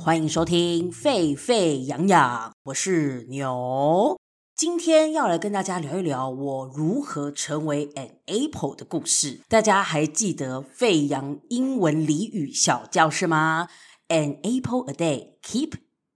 欢迎收听沸沸扬扬，我是牛。今天要来跟大家聊一聊我如何成为 an apple 的故事。大家还记得沸扬英文俚语小教室吗？ An apple a day, keep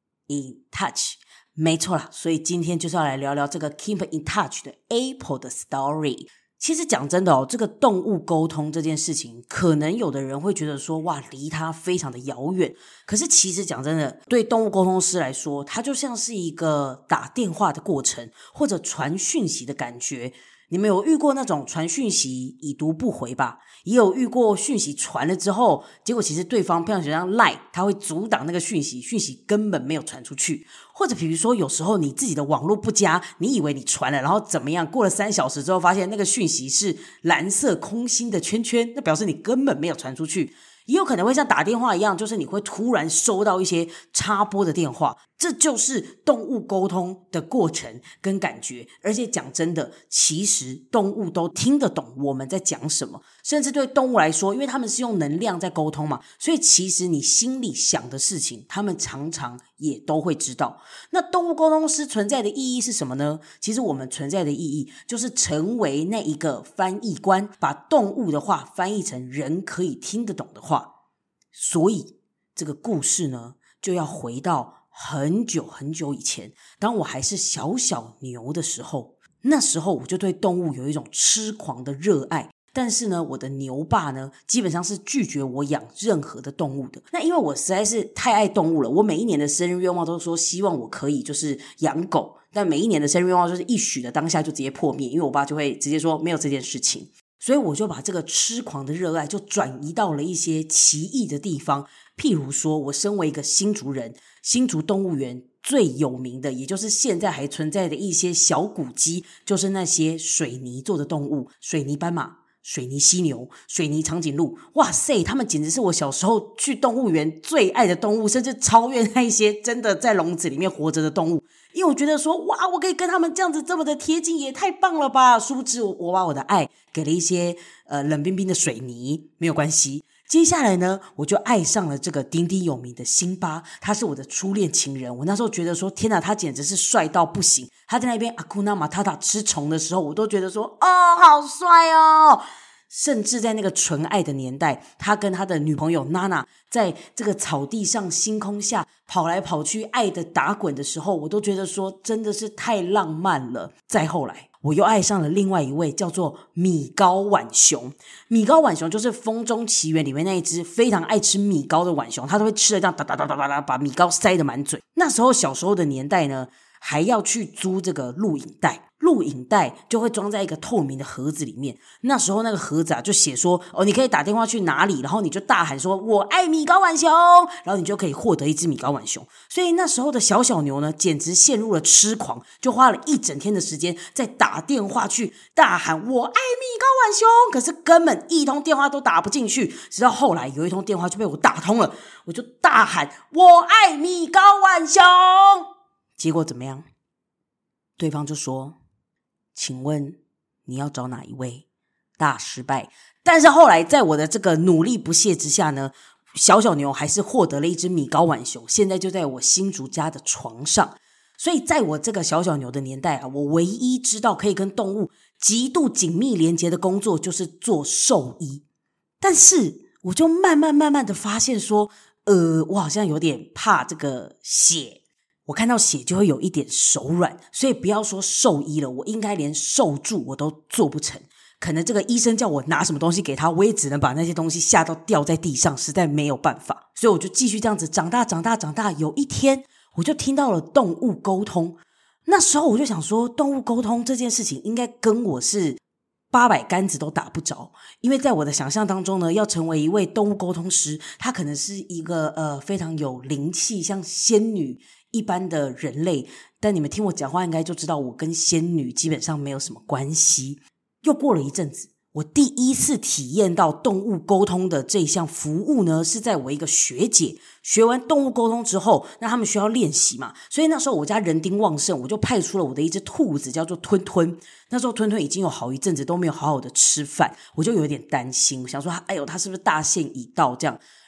in touch。 没错啦，所以今天就是要来聊聊这个 keep in touch 的 apple 的 story。其实讲真的这个动物沟通这件事情，可能有的人会觉得说哇，离它非常的遥远。可是其实讲真的，对动物沟通师来说，它就像是一个打电话的过程，或者传讯息的感觉。你们有遇过那种传讯息已读不回吧？也有遇过讯息传了之后，结果其实对方像赖，他会阻挡那个讯息根本没有传出去。或者比如说有时候你自己的网络不佳，你以为你传了，然后怎么样，过了3小时之后发现那个讯息是蓝色空心的圈圈，那表示你根本没有传出去。也有可能会像打电话一样，就是你会突然收到一些插播的电话，这就是动物沟通的过程跟感觉。而且讲真的，其实动物都听得懂我们在讲什么，甚至对动物来说，因为他们是用能量在沟通嘛，所以其实你心里想的事情，他们常常也都会知道。那动物沟通师存在的意义是什么呢？其实我们存在的意义就是成为那一个翻译官，把动物的话翻译成人可以听得懂的话。所以这个故事呢，就要回到很久很久以前，当我还是小小牛的时候。那时候我就对动物有一种痴狂的热爱，但是呢，我的牛爸呢，基本上是拒绝我养任何的动物的。那因为我实在是太爱动物了，我每一年的生日愿望都说希望我可以就是养狗，但每一年的生日愿望就是一许的当下就直接破灭，因为我爸就会直接说没有这件事情。所以我就把这个痴狂的热爱就转移到了一些奇异的地方。譬如说，我身为一个新竹人，新竹动物园最有名的，也就是现在还存在的一些小古迹，就是那些水泥做的动物，水泥斑马、水泥犀牛、水泥长颈鹿。哇塞，他们简直是我小时候去动物园最爱的动物，甚至超越那一些真的在笼子里面活着的动物。因为我觉得说哇，我可以跟他们这样子这么的贴近，也太棒了吧。殊不知我把我的爱给了一些冷冰冰的水泥，没有关系。接下来呢，我就爱上了这个鼎鼎有名的辛巴，他是我的初恋情人。我那时候觉得说天哪，他简直是帅到不行。他在那边阿库纳马塔塔吃虫的时候，我都觉得说哦，好帅哦。甚至在那个纯爱的年代，他跟他的女朋友娜娜在这个草地上星空下跑来跑去，爱的打滚的时候，我都觉得说真的是太浪漫了。再后来我又爱上了另外一位叫做米高浣熊。米高浣熊就是《风中奇缘》里面那一只非常爱吃米糕的浣熊，它都会吃的这样哒哒哒哒哒，把米糕塞得满嘴。那时候小时候的年代呢，还要去租这个录影带，录影带就会装在一个透明的盒子里面。那时候那个盒子就写说你可以打电话去哪里，然后你就大喊说我爱米高浣熊，然后你就可以获得一只米高浣熊。所以那时候的小小牛呢，简直陷入了痴狂，就花了一整天的时间在打电话去大喊我爱米高浣熊，可是根本一通电话都打不进去。直到后来有一通电话就被我打通了，我就大喊我爱米高浣熊。结果怎么样？对方就说请问你要找哪一位？大失败。但是后来在我的这个努力不懈之下呢，小小牛还是获得了一只米高浣熊，现在就在我新竹家的床上。所以在我这个小小牛的年代我唯一知道可以跟动物极度紧密连结的工作就是做兽医。但是我就慢慢的发现说我好像有点怕这个血，我看到血就会有一点手软，所以不要说兽医了，我应该连兽助我都做不成。可能这个医生叫我拿什么东西给他，我也只能把那些东西吓到掉在地上，实在没有办法。所以我就继续这样子长大。有一天我就听到了动物沟通。那时候我就想说，动物沟通这件事情应该跟我是800竿子都打不着。因为在我的想象当中呢，要成为一位动物沟通师，他可能是一个非常有灵气，像仙女一般的人类。但你们听我讲话应该就知道我跟仙女基本上没有什么关系。又过了一阵子，我第一次体验到动物沟通的这一项服务呢，是在我一个学姐学完动物沟通之后，那他们需要练习嘛，所以那时候我家人丁旺盛，我就派出了我的一只兔子叫做吞吞。那时候吞吞已经有好一阵子都没有好好的吃饭，我就有点担心，我想说哎呦，他是不是大限已到这样。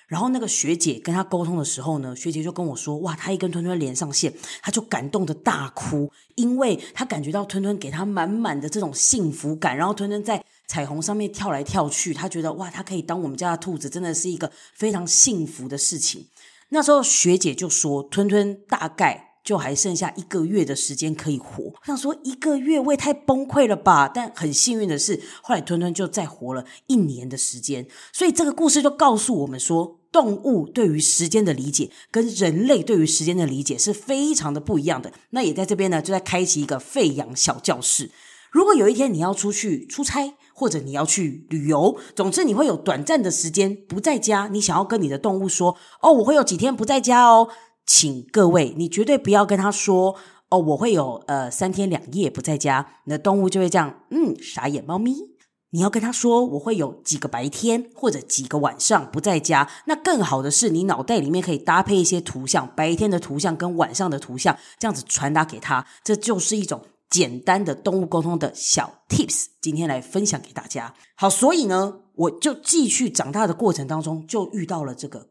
然后那个学姐跟他沟通的时候呢，学姐就跟我说，哇，她一跟吞吞连上线，她就感动的大哭，因为她感觉到吞吞给她满满的这种幸福感，然后吞吞在彩虹上面跳来跳去，她觉得哇，她可以当我们家的兔子，真的是一个非常幸福的事情。那时候学姐就说，吞吞大概就还剩下1个月的时间可以活。我想说1个月我也太崩溃了吧，但很幸运的是，后来吞吞就再活了1年的时间。所以这个故事就告诉我们说，动物对于时间的理解跟人类对于时间的理解是非常的不一样的。那也在这边呢，就在开启一个吠扬小教室。如果有一天你要出去出差，或者你要去旅游，总之你会有短暂的时间不在家，你想要跟你的动物说，我会有几天不在家哦，请各位你绝对不要跟他说，我会有3天2夜不在家，你的动物就会这样傻眼猫咪。你要跟他说，我会有几个白天或者几个晚上不在家，那更好的是你脑袋里面可以搭配一些图像，白天的图像跟晚上的图像，这样子传达给他，这就是一种简单的动物沟通的小 tips， 今天来分享给大家。好，所以呢，我就继续长大的过程当中，就遇到了这个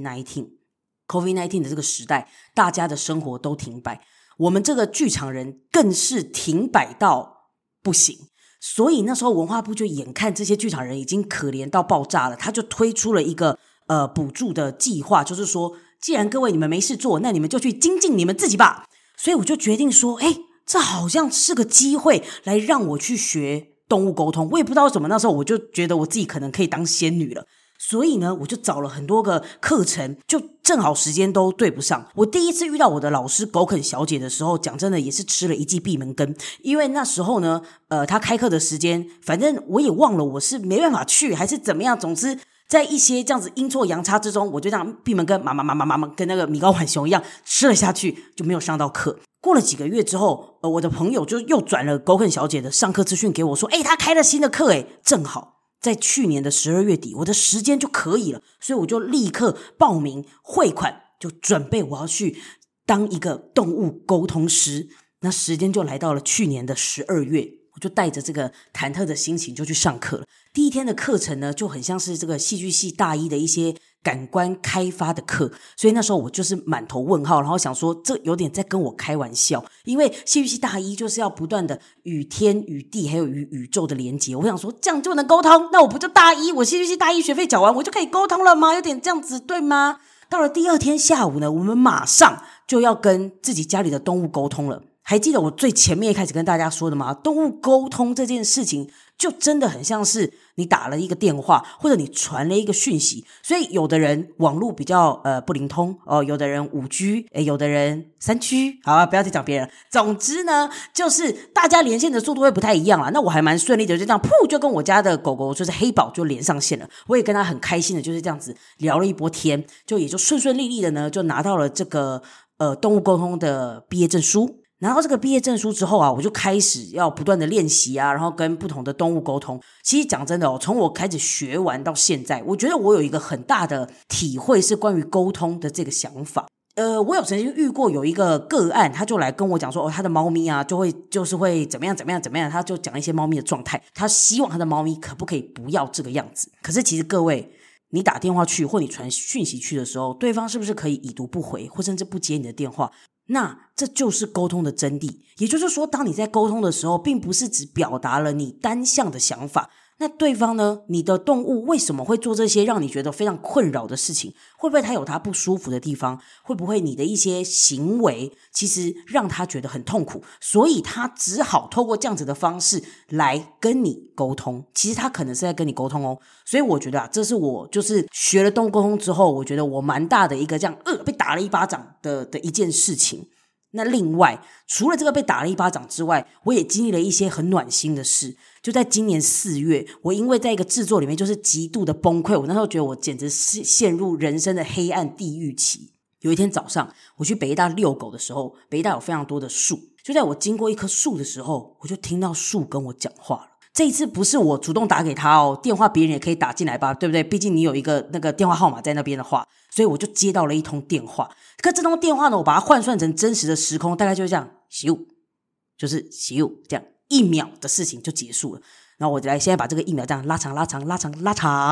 COVID-19 的这个时代，大家的生活都停摆，我们这个剧场人更是停摆到不行。所以那时候文化部就眼看这些剧场人已经可怜到爆炸了，他就推出了一个补助的计划，就是说既然各位你们没事做，那你们就去精进你们自己吧。所以我就决定说，这好像是个机会来让我去学动物沟通。我也不知道为什么，那时候我就觉得我自己可能可以当仙女了。所以呢，我就找了很多个课程，就正好时间都对不上。我第一次遇到我的老师狗啃小姐的时候，讲真的也是吃了一记闭门羹，因为那时候呢，她开课的时间，反正我也忘了我是没办法去还是怎么样，总之在一些这样子阴错阳差之中，我就这样闭门羹跟那个米高浣熊一样吃了下去，就没有上到课。过了几个月之后，我的朋友就又转了狗啃小姐的上课资讯给我说，她开了新的课，正好在去年的12月底，我的时间就可以了，所以我就立刻报名汇款，就准备我要去当一个动物沟通师。那时间就来到了去年的12月，我就带着这个忐忑的心情就去上课了。第一天的课程呢，就很像是这个戏剧系大一的一些感官开发的课，所以那时候我就是满头问号，然后想说这有点在跟我开玩笑，因为戏剧系大一就是要不断的与天与地还有与宇宙的连结，我想说这样就能沟通，那我不就大一，我戏剧系大一学费缴完我就可以沟通了吗？有点这样子对吗？到了第2天下午呢，我们马上就要跟自己家里的动物沟通了。还记得我最前面一开始跟大家说的吗？动物沟通这件事情就真的很像是你打了一个电话，或者你传了一个讯息。所以有的人网络比较不灵通有的人5G， 有的人3G， 好啊，不要再讲别人。总之呢，就是大家连线的速度会不太一样啦。那我还蛮顺利的，就这样噗就跟我家的狗狗就是黑宝就连上线了。我也跟他很开心的就是这样子聊了一波天，就也就顺顺利利的呢，就拿到了这个动物沟通的毕业证书。拿到这个毕业证书之后啊，我就开始要不断的练习啊，然后跟不同的动物沟通。其实讲真的从我开始学完到现在，我觉得我有一个很大的体会是关于沟通的这个想法。我有曾经遇过有一个个案，他就来跟我讲说，他的猫咪啊，就是会怎么样，他就讲一些猫咪的状态，他希望他的猫咪可不可以不要这个样子。可是其实各位，你打电话去或你传讯息去的时候，对方是不是可以已读不回，或甚至不接你的电话？那这就是沟通的真谛。也就是说，当你在沟通的时候，并不是只表达了你单向的想法，那对方呢，你的动物为什么会做这些让你觉得非常困扰的事情？会不会他有他不舒服的地方？会不会你的一些行为其实让他觉得很痛苦，所以他只好透过这样子的方式来跟你沟通？其实他可能是在跟你沟通哦。所以我觉得这是我就是学了动物沟通之后，我觉得我蛮大的一个这样被打了一巴掌的一件事情。那另外除了这个被打了一巴掌之外，我也经历了一些很暖心的事。就在今年4月，我因为在一个制作里面就是极度的崩溃，我那时候觉得我简直是陷入人生的黑暗地狱期。有一天早上我去北医大遛狗的时候，北医大有非常多的树，就在我经过一棵树的时候，我就听到树跟我讲话了。这一次不是我主动打给他电话别人也可以打进来吧，对不对？毕竟你有一个那个电话号码在那边的话，所以我就接到了一通电话。可这通电话呢，我把它换算成真实的时空，大概就是这样咻，就是咻，这样1秒的事情就结束了。然后我来现在把这个1秒这样拉长，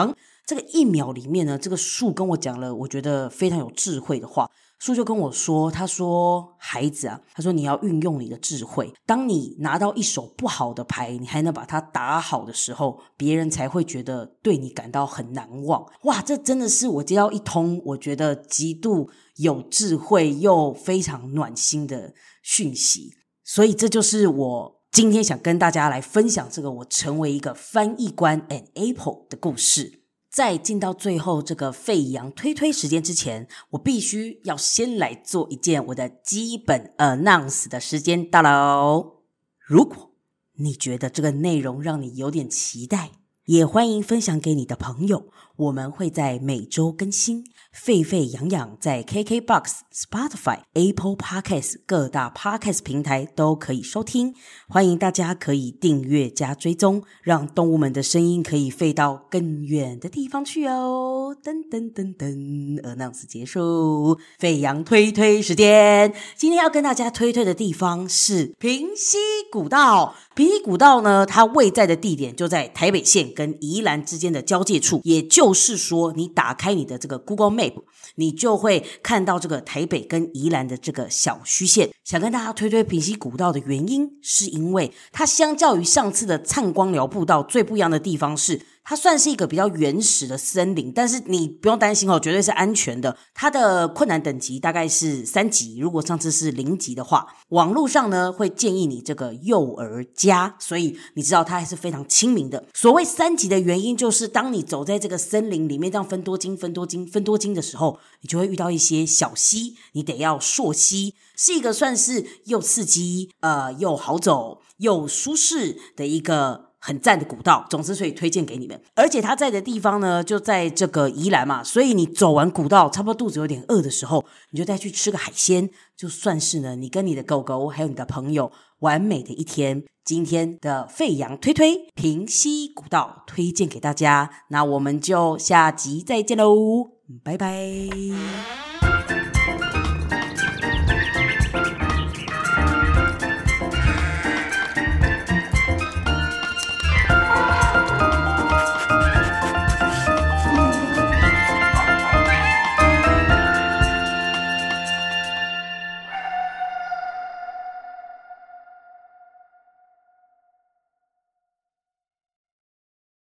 这个1秒里面呢，这个树跟我讲了我觉得非常有智慧的话。树就跟我说，他说孩子啊，他说你要运用你的智慧，当你拿到一手不好的牌，你还能把它打好的时候，别人才会觉得对你感到很难忘。哇，这真的是我接到一通我觉得极度有智慧又非常暖心的讯息。所以这就是我今天想跟大家来分享这个我成为一个翻译官 and Apple 的故事。在进到最后这个沸羊推推时间之前，我必须要先来做一件我的基本 announce 的时间到了哦。如果你觉得这个内容让你有点期待，也欢迎分享给你的朋友。我们会在每周更新，沸沸扬扬在 KKBOX、Spotify、Apple Podcast 各大 Podcast 平台都可以收听。欢迎大家可以订阅加追踪，让动物们的声音可以飞到更远的地方去哦。噔噔噔噔 announce 结束，沸羊推推时间。今天要跟大家推的地方是平溪古道。平溪古道呢，它位在的地点就在台北县跟宜兰之间的交界处，也就是说你打开你的这个 Google Map， 你就会看到这个台北跟宜兰的这个小虚线。想跟大家推平溪古道的原因，是因为它相较于上次的灿光寮步道最不一样的地方是，它算是一个比较原始的森林，但是你不用担心哦，绝对是安全的。它的困难等级大概是3级，如果上次是0级的话，网络上呢会建议你这个幼儿家，所以你知道它还是非常亲民的。所谓3级的原因，就是当你走在这个森林里面，这样分多金的时候，你就会遇到一些小溪，你得要溯溪，是一个算是又刺激又好走又舒适的一个很赞的古道。总之所以推荐给你们。而且它在的地方呢就在这个宜兰嘛，所以你走完古道差不多肚子有点饿的时候，你就再去吃个海鲜，就算是呢你跟你的狗狗还有你的朋友完美的一天。今天的沸羊推推平溪古道推荐给大家，那我们就下集再见喽，拜拜。